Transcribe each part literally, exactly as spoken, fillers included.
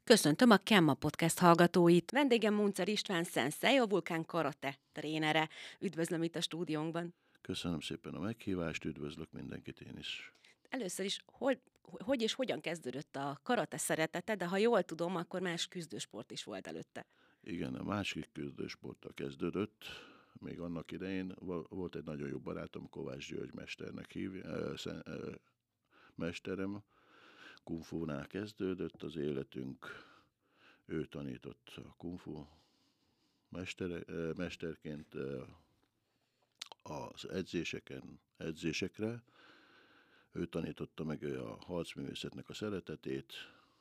Köszöntöm a Kemma Podcast hallgatóit. Vendégem Muncer István szenszei, a Vulkán karate trénere. Üdvözlöm itt a stúdiónkban. Köszönöm szépen a meghívást, üdvözlök mindenkit én is. Először is, hogy, hogy és hogyan kezdődött a karate szeretete, de ha jól tudom, akkor más küzdősport is volt előtte. Igen, a másik küzdősporttal kezdődött. Még annak idején volt egy nagyon jó barátom, Kovács György mesternek hívja, mesterem. Kung Fu-nál kezdődött az életünk. Ő tanított a Kung Fu mester, mesterként az edzéseken, edzésekre. Ő tanította meg a harcművészetnek a szeretetét.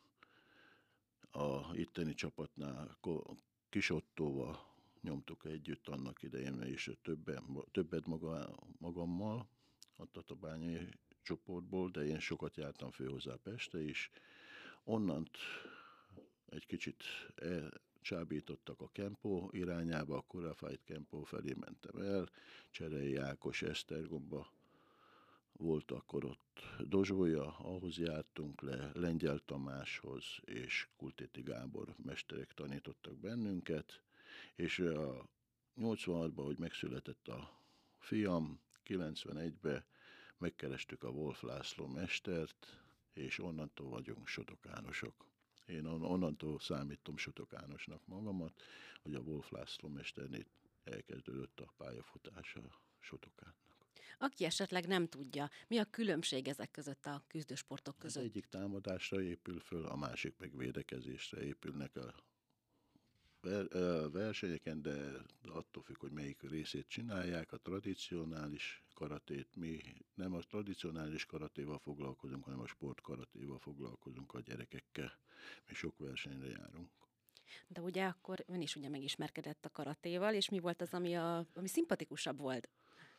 A itteni csapatnál Kis Ottóval nyomtuk együtt annak idején, és többen, többet maga, magammal a tatabányai csoportból, de én sokat jártam fő hozzá Pestre is. Onnant egy kicsit elcsábítottak a Kempó irányába, a Korafight Kempó felé mentem el, Cserei Ákos Esztergomba volt akkor ott dozsója, ahhoz jártunk le, Lengyel Tamáshoz és Kultéti Gábor mesterek tanítottak bennünket, és a nyolcvanhatban, hogy megszületett a fiam, kilencvenegyben megkerestük a Wolf László mestert, és onnantól vagyunk sotokánosok. Én onnantól számítom sotokánosnak magamat, hogy a Wolf László mesternél elkezdődött a pályafutása Sotokán. Aki esetleg nem tudja, mi a különbség ezek között a küzdősportok között? Az egyik támadásra épül föl, a másik meg védekezésre épülnek a versenyeken, de attól függ, hogy melyik részét csinálják, a tradicionális karatét. Mi nem a tradicionális karatéval foglalkozunk, hanem a sportkaratéval foglalkozunk a gyerekekkel. Mi sok versenyre járunk. De ugye akkor ön is ugye megismerkedett a karatéval, és mi volt az, ami, a, ami szimpatikusabb volt?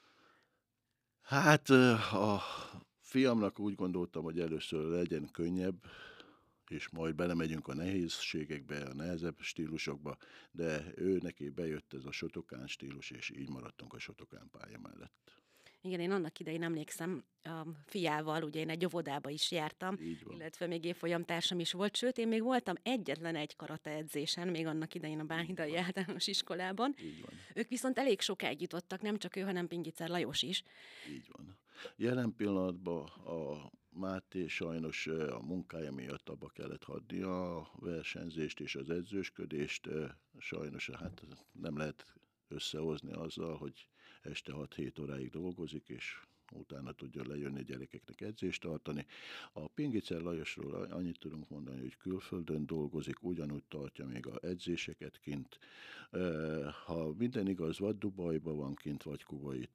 Hát a fiamnak úgy gondoltam, hogy először legyen könnyebb, és majd belemegyünk a nehézségekbe, a nehezebb stílusokba, de ő neki bejött ez a Sotokán stílus, és így maradtunk a Sotokán pálya mellett. Igen, én annak idején emlékszem a fiával, ugye én egy óvodába is jártam, illetve még évfolyamtársam is volt, sőt, én még voltam egyetlen egy karate edzésen, még annak idején a Bánhidai Általános Iskolában. Így van. Ők viszont elég sokáig jutottak, nem csak ő, hanem Pingicer Lajos is. Így van. Jelen pillanatban a Máté sajnos a munkája miatt abba kellett hagynia a versenyzést és az edzősködést. Sajnos hát nem lehet összehozni azzal, hogy este hat-hét óráig dolgozik, és utána tudja lejönni gyerekeknek edzést tartani. A Pingicer Lajosról annyit tudunk mondani, hogy külföldön dolgozik, ugyanúgy tartja még az edzéseket kint. Ha minden igaz, vagy Dubajban van kint, vagy Kuwait.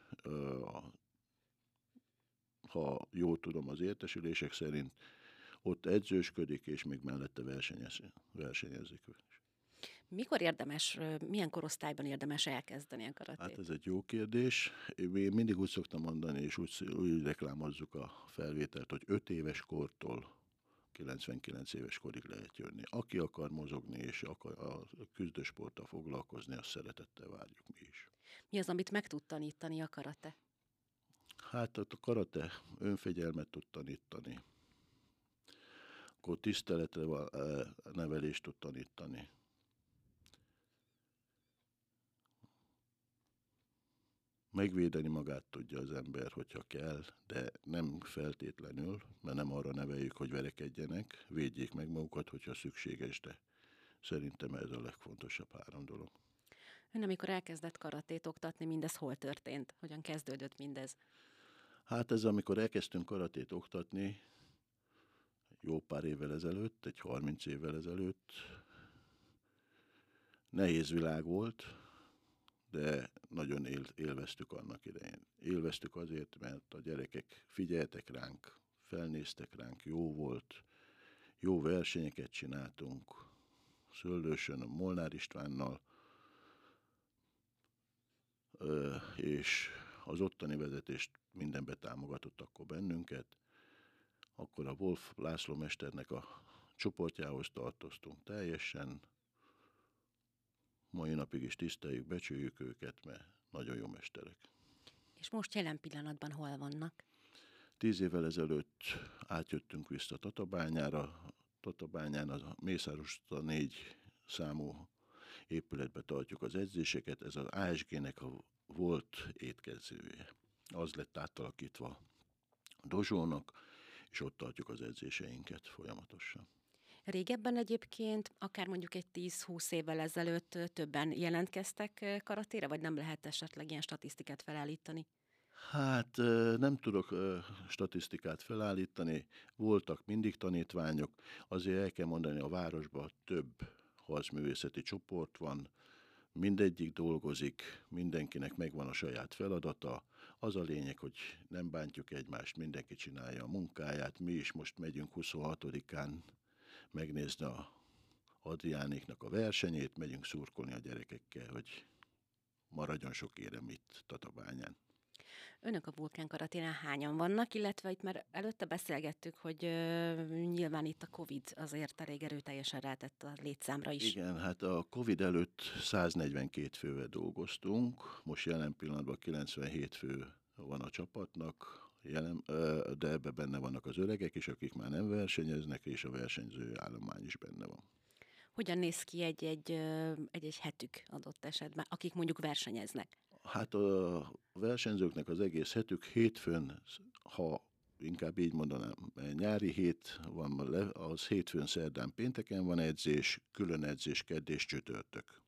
Ha jól tudom az értesülések szerint, ott edzősködik, és még mellette versenyezik. Mikor érdemes, milyen korosztályban érdemes elkezdeni a karatét? Hát ez egy jó kérdés. Én mindig úgy szoktam mondani, és úgy, úgy reklámozzuk a felvételt, hogy öt éves kortól kilencvenkilenc éves korig lehet jönni. Aki akar mozogni, és akar a küzdősporttal foglalkozni, azt szeretettel várjuk mi is. Mi az, amit meg tud tanítani a karate? Hát a karate önfegyelmet tud tanítani, akkor tiszteletre nevelést tud tanítani. Megvédeni magát tudja az ember, hogyha kell, de nem feltétlenül, mert nem arra neveljük, hogy verekedjenek, védjék meg magukat, hogyha szükséges, de szerintem ez a legfontosabb három dolog. Ön amikor elkezdett karatét oktatni, mindez hol történt? Hogyan kezdődött mindez? Hát ez, amikor elkezdtünk karatét oktatni, jó pár évvel ezelőtt, egy harminc évvel ezelőtt, nehéz világ volt, de nagyon él, élveztük annak idején. Élveztük azért, mert a gyerekek figyeltek ránk, felnéztek ránk, jó volt, jó versenyeket csináltunk, Szöldősön, Molnár Istvánnal, és az ottani vezetést mindenbe támogatott akkor bennünket. Akkor a Wolf László mesternek a csoportjához tartoztunk teljesen. Mai napig is tiszteljük, becsüljük őket, mert nagyon jó mesterek. És most jelen pillanatban hol vannak? Tíz évvel ezelőtt átjöttünk vissza Tatabányára, Tatabányán a Mészáros utca négy számú épületbe tartjuk az edzéseket, ez az á es gé-nek a volt étkezője. Az lett átalakítva a dozsónak, és ott tartjuk az edzéseinket folyamatosan. Régebben egyébként, akár mondjuk egy tíz-húsz évvel ezelőtt többen jelentkeztek karatéra, vagy nem lehet esetleg ilyen statisztikát felállítani? Hát nem tudok statisztikát felállítani, voltak mindig tanítványok, azért el kell mondani, a városban több harcművészeti csoport van, mindegyik dolgozik, mindenkinek megvan a saját feladata. Az a lényeg, hogy nem bántjuk egymást, mindenki csinálja a munkáját. Mi is most megyünk huszonhatodikán megnézni a Adriánéknak a versenyét, megyünk szurkolni a gyerekekkel, hogy maradjon sok érem itt Tatabányán. Önök a Vulkán Karaténál hányan vannak, illetve itt már előtte beszélgettük, hogy ö, nyilván itt a Covid azért elég erőteljesen rátett a létszámra is. Igen, hát a Covid előtt száznegyvenkét fővel dolgoztunk, most jelen pillanatban kilencvenhét fő van a csapatnak, jelen, de ebben benne vannak az öregek is, akik már nem versenyeznek, és a versenyző állomány is benne van. Hogyan néz ki egy-egy, egy-egy hetük adott esetben, akik mondjuk versenyeznek? Hát a versenyzőknek az egész hetük hétfőn, ha inkább így mondanám, nyári hét van, az hétfőn, szerdán, pénteken van edzés, külön edzés kedd és csütörtök.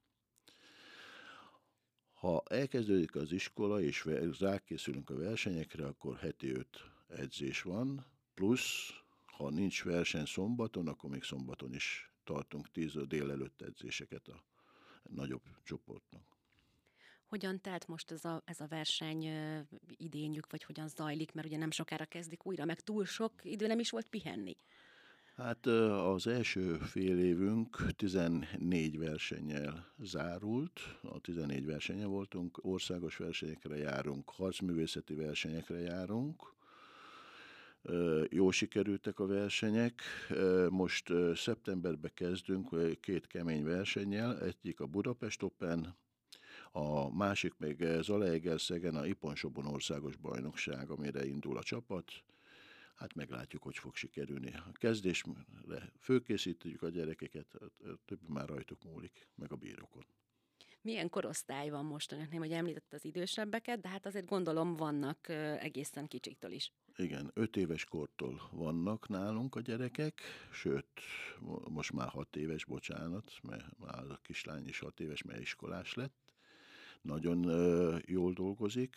Ha elkezdődik az iskola és rákészülünk a versenyekre, akkor heti öt edzés van, plusz ha nincs verseny szombaton, akkor még szombaton is tartunk tíz délelőtt edzéseket a nagyobb csoportnak. Hogyan telt most ez a, ez a verseny ö, idényük, vagy hogyan zajlik, mert ugye nem sokára kezdik újra, meg túl sok idő nem is volt pihenni. Hát az első fél évünk tizennégy versennyel zárult, a tizennégy versenyen voltunk, országos versenyekre járunk, harcművészeti versenyekre járunk, jó sikerültek a versenyek, most szeptemberben kezdünk két kemény versennyel, egyik a Budapest Open, a másik még Zalaegerszegen a Iponsobon országos bajnokság, amire indul a csapat. Hát meglátjuk, hogy fog sikerülni. A kezdésre fölkészítjük a gyerekeket, a többi már rajtuk múlik, meg a bírókon. Milyen korosztály van most önöknél, hogy említett az idősebbeket, de hát azért gondolom vannak egészen kicsiktől is. Igen, öt éves kortól vannak nálunk a gyerekek, sőt, most már hat éves, bocsánat, mert már a kislány is hat éves, mert iskolás lett. Nagyon uh, jól dolgozik.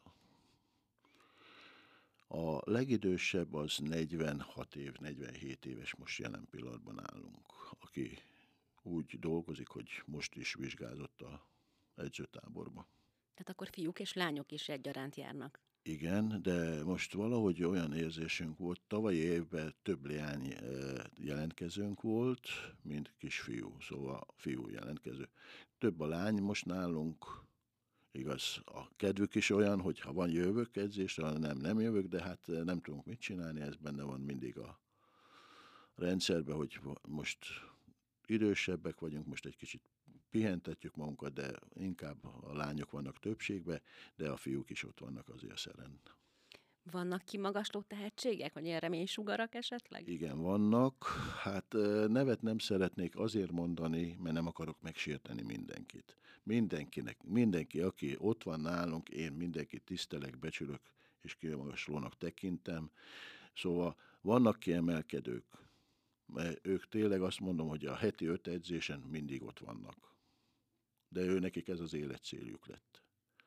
A legidősebb az negyvenhat év, negyvenhét éves most jelen pillanatban állunk, aki úgy dolgozik, hogy most is vizsgázott a edzőtáborba. Tehát akkor fiúk és lányok is egyaránt járnak. Igen, de most valahogy olyan érzésünk volt, tavalyi évben több leány jelentkezőnk volt, mint kisfiú, szóval fiú jelentkező. Több a lány most nálunk, igaz, a kedvük is olyan, hogy ha van jövök edzésre, nem, nem jövök, de hát nem tudunk mit csinálni, ez benne van mindig a rendszerben, hogy most idősebbek vagyunk, most egy kicsit pihentetjük magunkat, de inkább a lányok vannak többségben, de a fiúk is ott vannak azért szerint. Vannak kimagasló tehetségek, vagy ilyen reménysugarak esetleg? Igen, vannak. Hát nevet nem szeretnék azért mondani, mert nem akarok megsérteni mindenkit. Mindenkinek, mindenki, aki ott van nálunk, én mindenkit tisztelek, becsülök és kimagaslónak tekintem. Szóval vannak kiemelkedők, mert ők tényleg azt mondom, hogy a heti öt edzésen mindig ott vannak. De ő nekik ez az életcéljuk lett.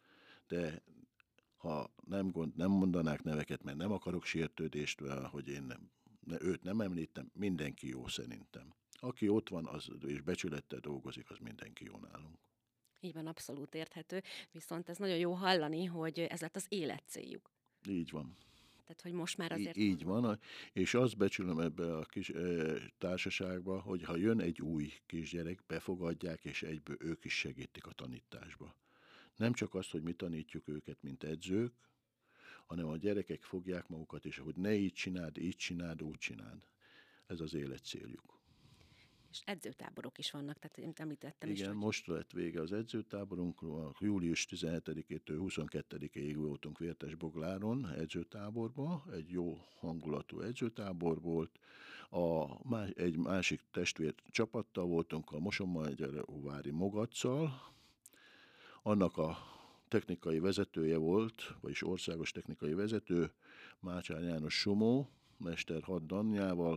De ha nem, gond, nem mondanák neveket, mert nem akarok sértődést, hogy én nem, ne, őt nem említem, mindenki jó szerintem. Aki ott van az, és becsülettel dolgozik, az mindenki jó nálunk. Így van, abszolút érthető, viszont ez nagyon jó hallani, hogy ez lett az életcéljuk. Így van. Tehát, hogy most már azért... Í- így van, és azt becsülöm ebbe a kis e, társaságba, hogy ha jön egy új kisgyerek, befogadják, és egyből ők is segítik a tanításba. Nem csak azt, hogy mi tanítjuk őket, mint edzők, hanem a gyerekek fogják magukat, és hogy ne így csináld, így csináld, úgy csináld. Ez az élet céljuk. És edzőtáborok is vannak, tehát én említettem Igen, is. hogy... most lett vége az edzőtáborunkról, július tizenhetedikétől huszonkettedikéig voltunk Vértesbogláron edzőtáborban, egy jó hangulatú edzőtábor volt, A, más, egy másik testvér csapattal voltunk, a Mosonmagyaróvári Mogaccal. Annak a technikai vezetője volt, vagyis országos technikai vezető, Mácsár János Somó, mester Hadd Dannyával.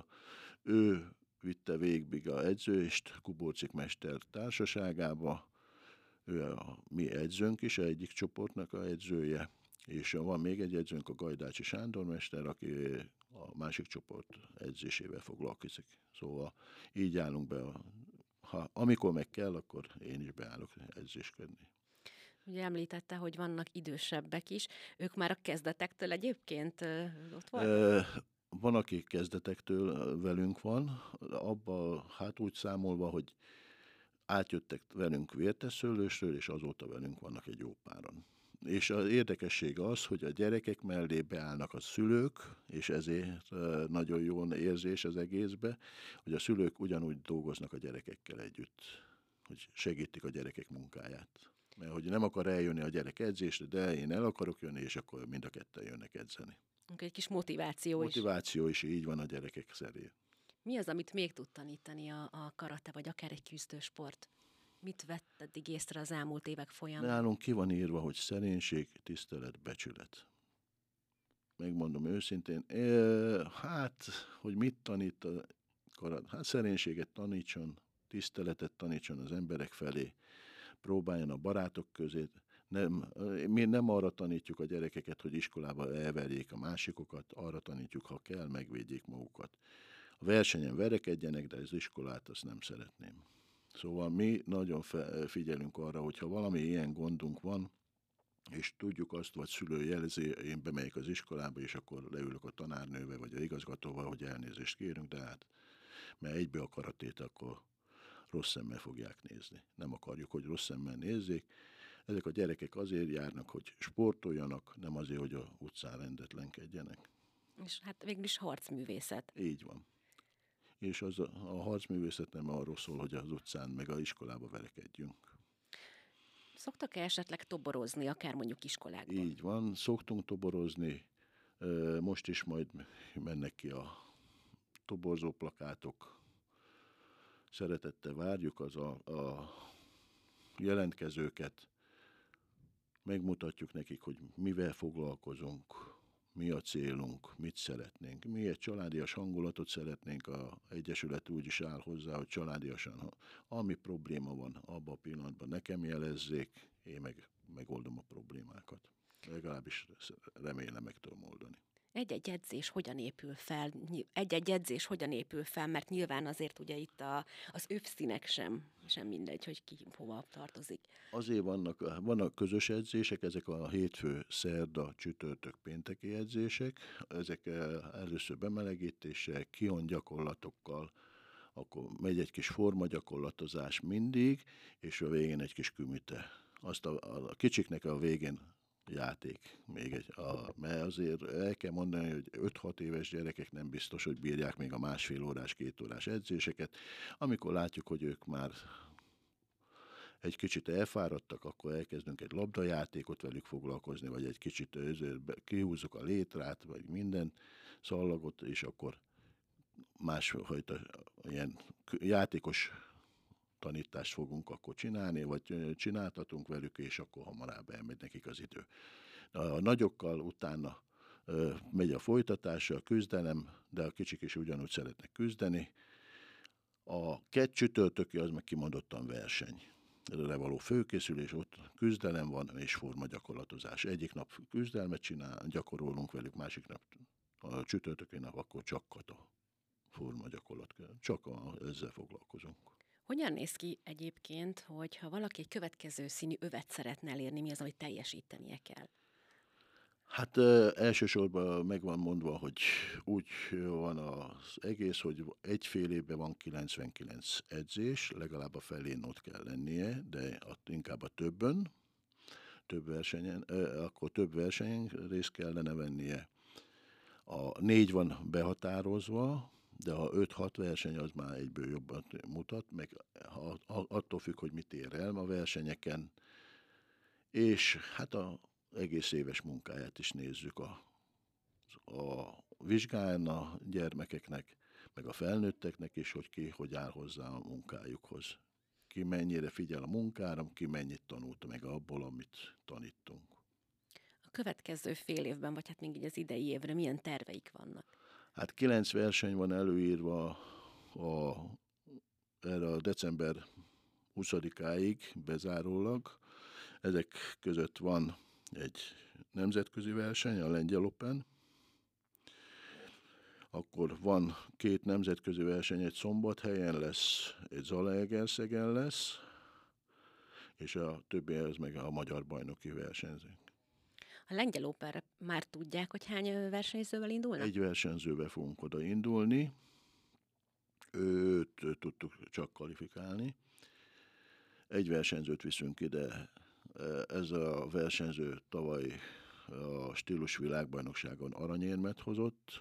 Ő vitte végig a edzést Kubócik mester társaságába. Ő a mi edzőnk is, egyik csoportnak a edzője, és van még egy edzőnk, a Gajdácsi Sándor mester, aki a másik csoport edzésével foglalkozik. Szóval így állunk be, a, ha, amikor meg kell, akkor én is beállok edzéskedni. Ugye említette, hogy vannak idősebbek is, ők már a kezdetektől egyébként ott vannak? Van, aki kezdetektől velünk van, abba hát úgy számolva, hogy átjöttek velünk Vértesszőlősről, és azóta velünk vannak egy jó páran. És az érdekesség az, hogy a gyerekek mellé beállnak a szülők, és ezért nagyon jó érzés az egészbe, hogy a szülők ugyanúgy dolgoznak a gyerekekkel együtt, hogy segítik a gyerekek munkáját. Mert hogy nem akar eljönni a gyerek edzésre, de én el akarok jönni, és akkor mind a ketten jönnek edzeni. Egy kis motiváció, motiváció is. Motiváció is így van a gyerekek szerint. Mi az, amit még tud tanítani a, a karate, vagy akár egy küzdősport? Mit vett eddig észre az elmúlt évek folyamán? Nálunk ki van írva, hogy szerénység, tisztelet, becsület. Megmondom őszintén, e, hát, hogy mit tanít a karate? Hát szerénységet tanítson, tiszteletet tanítson az emberek felé, próbáljon a barátok közé. Nem, mi nem arra tanítjuk a gyerekeket, hogy iskolába elverjék a másikokat, arra tanítjuk, ha kell, megvédjék magukat. A versenyen verekedjenek, de az iskolát azt nem szeretném. Szóval mi nagyon figyelünk arra, hogy ha valami ilyen gondunk van, és tudjuk azt, vagy szülő jelzi, én bemegyek az iskolába, és akkor leülök a tanárnővel, vagy a igazgatóval, hogy elnézést kérünk, de hát, mert egybe a karatét, akkor rossz szemmel fogják nézni. Nem akarjuk, hogy rossz szemmel nézzék. Ezek a gyerekek azért járnak, hogy sportoljanak, nem azért, hogy a utcán rendetlenkedjenek. És hát végülis harcművészet. Így van. És az a, a harcművészet nem arról szól, hogy az utcán meg a iskolába verekedjünk. Szoktak-e esetleg toborozni, akár mondjuk iskolákban? Így van, szoktunk toborozni. Most is majd mennek ki a toborzó plakátok. Szeretettel várjuk az a, a jelentkezőket. Megmutatjuk nekik, hogy mivel foglalkozunk, mi a célunk, mit szeretnénk. Mi egy családias hangulatot szeretnénk, a Egyesület úgy is áll hozzá, hogy családiasan, ami probléma van abban a pillanatban, nekem jelezzék, én meg megoldom a problémákat. Legalábbis remélem meg tudom oldani. Egy-egy edzés hogyan épül fel? Egy-egy edzés hogyan épül fel? Mert nyilván azért ugye itt a, az övszínek sem, sem mindegy, hogy ki hova tartozik. Azért vannak, vannak közös edzések, ezek a hétfő, szerda, csütörtök, pénteki edzések. Ezek először bemelegítéssel, kion gyakorlatokkal, akkor megy egy kis formagyakorlatozás mindig, és a végén egy kis kümite. Azt a, a kicsiknek a végén játék még egy, a, mert azért el kell mondani, hogy öt-hat éves gyerekek nem biztos, hogy bírják még a másfél órás, két órás edzéseket. Amikor látjuk, hogy ők már egy kicsit elfáradtak, akkor elkezdünk egy labdajátékot velük foglalkozni, vagy egy kicsit kihúzzuk a létrát, vagy minden szallagot, és akkor másfajta ilyen játékos tanítást fogunk akkor csinálni, vagy csináltatunk velük, és akkor hamarabb elmegy nekik az idő. A nagyokkal utána ö, megy a folytatása, a küzdelem, de a kicsik is ugyanúgy szeretnek küzdeni. A kett csütörtöki az meg kimondottan verseny. Erre való főkészülés, ott küzdelem van, és formagyakorlatozás. Egyik nap küzdelmet csinál, gyakorolunk velük, másik nap, a csütörtöki nap, akkor csak kata formagyakorlat. Csak a, ezzel foglalkozunk. Hogyan néz ki egyébként, hogyha valaki egy következő színű övet szeretne elérni, mi az, amit teljesítenie kell? Hát ö, elsősorban meg van mondva, hogy úgy van az egész, hogy egy fél évben van kilencvenkilenc edzés, legalább a felén ott kell lennie, de inkább a többön, több versenyen, ö, akkor több versenyen részt kellene vennie. A négy van behatározva, de ha öt-hat verseny, az már egyből jobban mutat, meg ha, attól függ, hogy mit ér el a versenyeken, és hát a egész éves munkáját is nézzük a, a vizsgán a gyermekeknek, meg a felnőtteknek is, hogy ki hogy áll hozzá a munkájukhoz. Ki mennyire figyel a munkára, ki mennyit tanult meg abból, amit tanítunk. A következő fél évben, vagy hát még így az idei évre milyen terveik vannak? Hát kilenc verseny van előírva a, erre a december huszadikáig bezárólag. Ezek között van egy nemzetközi verseny, a Lengyel Open. Akkor van két nemzetközi verseny, egy Szombathelyen lesz, egy Zalaegerszegen lesz, és a többi ez meg a magyar bajnoki versenyzők. A Lengyel Openre már tudják, hogy hány versenyzővel indulnak? Egy versenyzővel fogunk oda indulni. Őt tudtuk csak kvalifikálni. Egy versenyzőt viszünk ide. Ez a versenyző tavaly a stílus világbajnokságon aranyérmet hozott,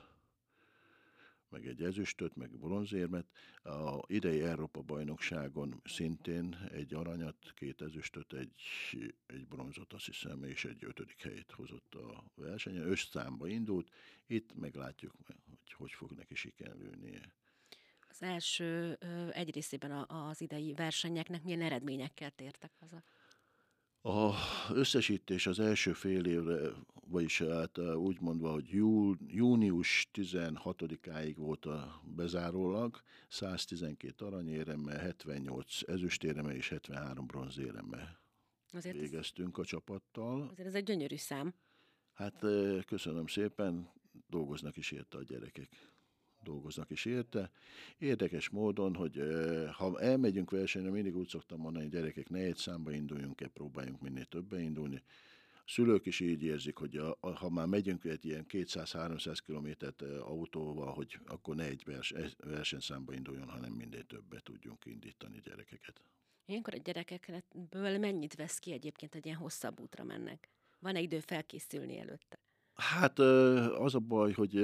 meg egy ezüstöt, meg bronzérmet. A idei Európa-bajnokságon szintén egy aranyat, két ezüstöt, egy, egy bronzot, azt hiszem, és egy ötödik helyet hozott a versenyen. Összszámba indult, itt meglátjuk, hogy hogy fog neki sikerülnie. Az első egy részében az idei versenyeknek milyen eredményekkel tértek haza? A összesítés az első fél évre, vagyis hát úgy mondva, hogy jú, június tizenhatodikáig volt a bezárólag, száztizenkét aranyéremmel, hetvennyolc ezüstéremmel és hetvenhárom bronzéremmel végeztünk a csapattal. Azért ez egy gyönyörű szám. Hát köszönöm szépen, dolgoznak is érte a gyerekek. dolgoznak is érte. Érdekes módon, hogy ha elmegyünk versenyre, mindig úgy szoktam mondani, hogy gyerekek, ne egy számba induljunk-e, próbáljunk minél többen indulni. A szülők is így érzik, hogy a, a, ha már megyünk egy ilyen kétszáz-háromszáz kilométert autóval, hogy akkor ne egy vers, versenyszámba induljon, hanem minél többet tudjunk indítani gyerekeket. Ilyenkor a gyerekekből mennyit vesz ki egyébként, hogy ilyen hosszabb útra mennek? Van-e idő felkészülni előtte? Hát az a baj, hogy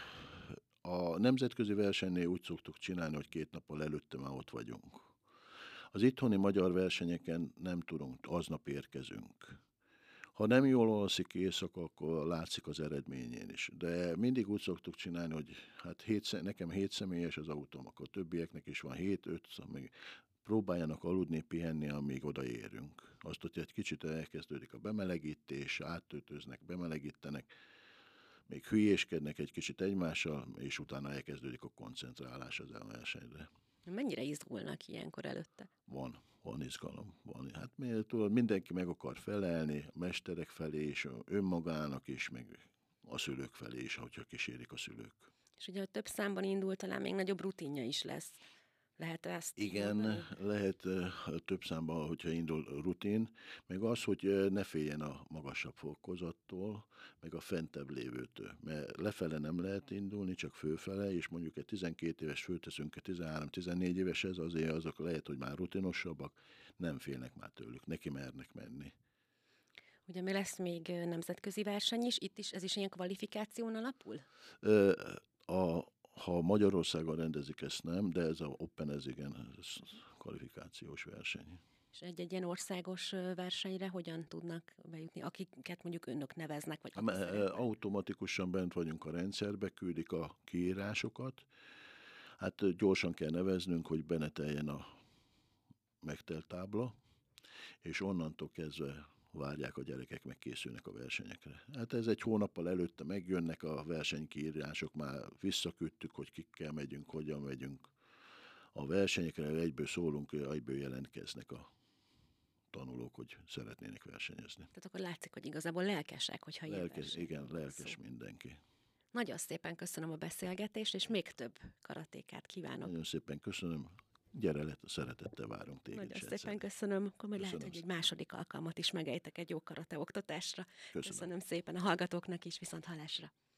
a nemzetközi versenynél úgy szoktuk csinálni, hogy két nappal előtte már ott vagyunk. Az itthoni magyar versenyeken nem tudunk, aznap érkezünk. Ha nem jól alszik éjszaka, akkor látszik az eredményén is. De mindig úgy szoktuk csinálni, hogy hát hét, nekem hét személyes az autóm, akkor többieknek is van hét-öt, még próbáljanak aludni, pihenni, amíg odaérünk. Azt, hogy egy kicsit elkezdődik a bemelegítés, áttöltöznek, bemelegítenek, még hülyéskednek egy kicsit egymással, és utána elkezdődik a koncentrálás az elversenyre. Mennyire izgulnak ilyenkor előtte? Van, van izgalom. Van. Hát tudod, mindenki meg akar felelni, a mesterek felé is, önmagának is, meg a szülők felé is, hogyha kísérik a szülők. És ugye, hogy több számban indul, talán még nagyobb rutinja is lesz. Lehet ezt? Igen, mondani? Lehet több számban, hogyha indul rutin, meg az, hogy ne féljen a magasabb fokozattól, meg a fentebb lévőtől. Mert lefele nem lehet indulni, csak fölfele, és mondjuk egy tizenkét éves fölteszünk, egy tizenhárom-tizennégy éves, ez azért azok lehet, hogy már rutinosabbak, nem félnek már tőlük, neki mernek menni. Ugye mi lesz még nemzetközi verseny is, itt is, ez is ilyen kvalifikáción alapul? A Ha Magyarországon rendezik, ezt nem, de ez a Open, ez igen, ez kvalifikációs verseny. És egy-egy ilyen országos versenyre hogyan tudnak bejutni, akiket mondjuk önök neveznek? Vagy hát, automatikusan bent vagyunk a rendszerbe, küldik a kiírásokat. Hát gyorsan kell neveznünk, hogy beneteljen a megtelt tábla, és onnantól kezdve várják a gyerekek, meg készülnek a versenyekre. Hát ez egy hónappal előtte megjönnek a versenykiírások, már visszaküldtük, hogy kikkel megyünk, hogyan megyünk. A versenyekre egyből szólunk, egyből jelentkeznek a tanulók, hogy szeretnének versenyezni. Tehát akkor látszik, hogy igazából lelkesek, hogyha lelkes, ilyen igen, lelkes szó. Mindenki. Nagyon szépen köszönöm a beszélgetést, és még több karatékát kívánok. Nagyon szépen köszönöm. Gyere, le, szeretettel várunk téged. Nagyon szépen egyszer. Köszönöm. Akkor majd lehet, hogy egy második alkalmat is megejtek egy jó karate oktatásra. Köszönöm. Köszönöm szépen a hallgatóknak is, viszont hallásra.